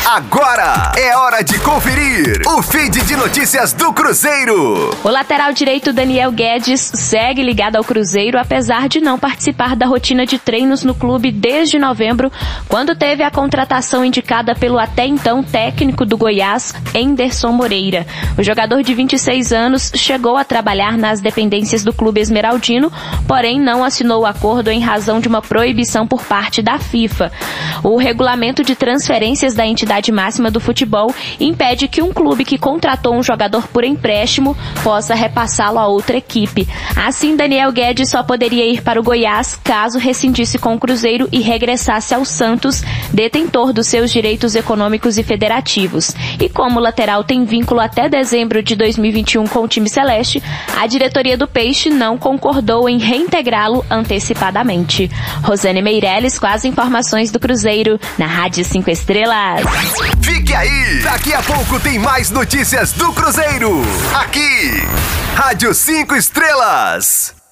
Agora é hora de conferir o feed de notícias do Cruzeiro. O lateral direito Daniel Guedes segue ligado ao Cruzeiro, apesar de não participar da rotina de treinos no clube desde novembro, quando teve a contratação indicada pelo até então técnico do Goiás, Henderson Moreira. O jogador de 26 anos chegou a trabalhar nas dependências do clube esmeraldino, porém não assinou o acordo em razão de uma proibição por parte da FIFA. O regulamento de transferências da entidade máxima do futebol impede que um clube que contratou um jogador por empréstimo possa repassá-lo a outra equipe. Assim, Daniel Guedes só poderia ir para o Goiás caso rescindisse com o Cruzeiro e regressasse ao Santos, detentor dos seus direitos econômicos e federativos. E como o lateral tem vínculo até dezembro de 2021 com o time celeste, a diretoria do Peixe não concordou em reintegrá-lo antecipadamente. Rosane Meirelles com as informações do Cruzeiro na Rádio 5 Estrelas. Fique aí! Daqui a pouco tem mais notícias do Cruzeiro. Aqui, Rádio 5 Estrelas.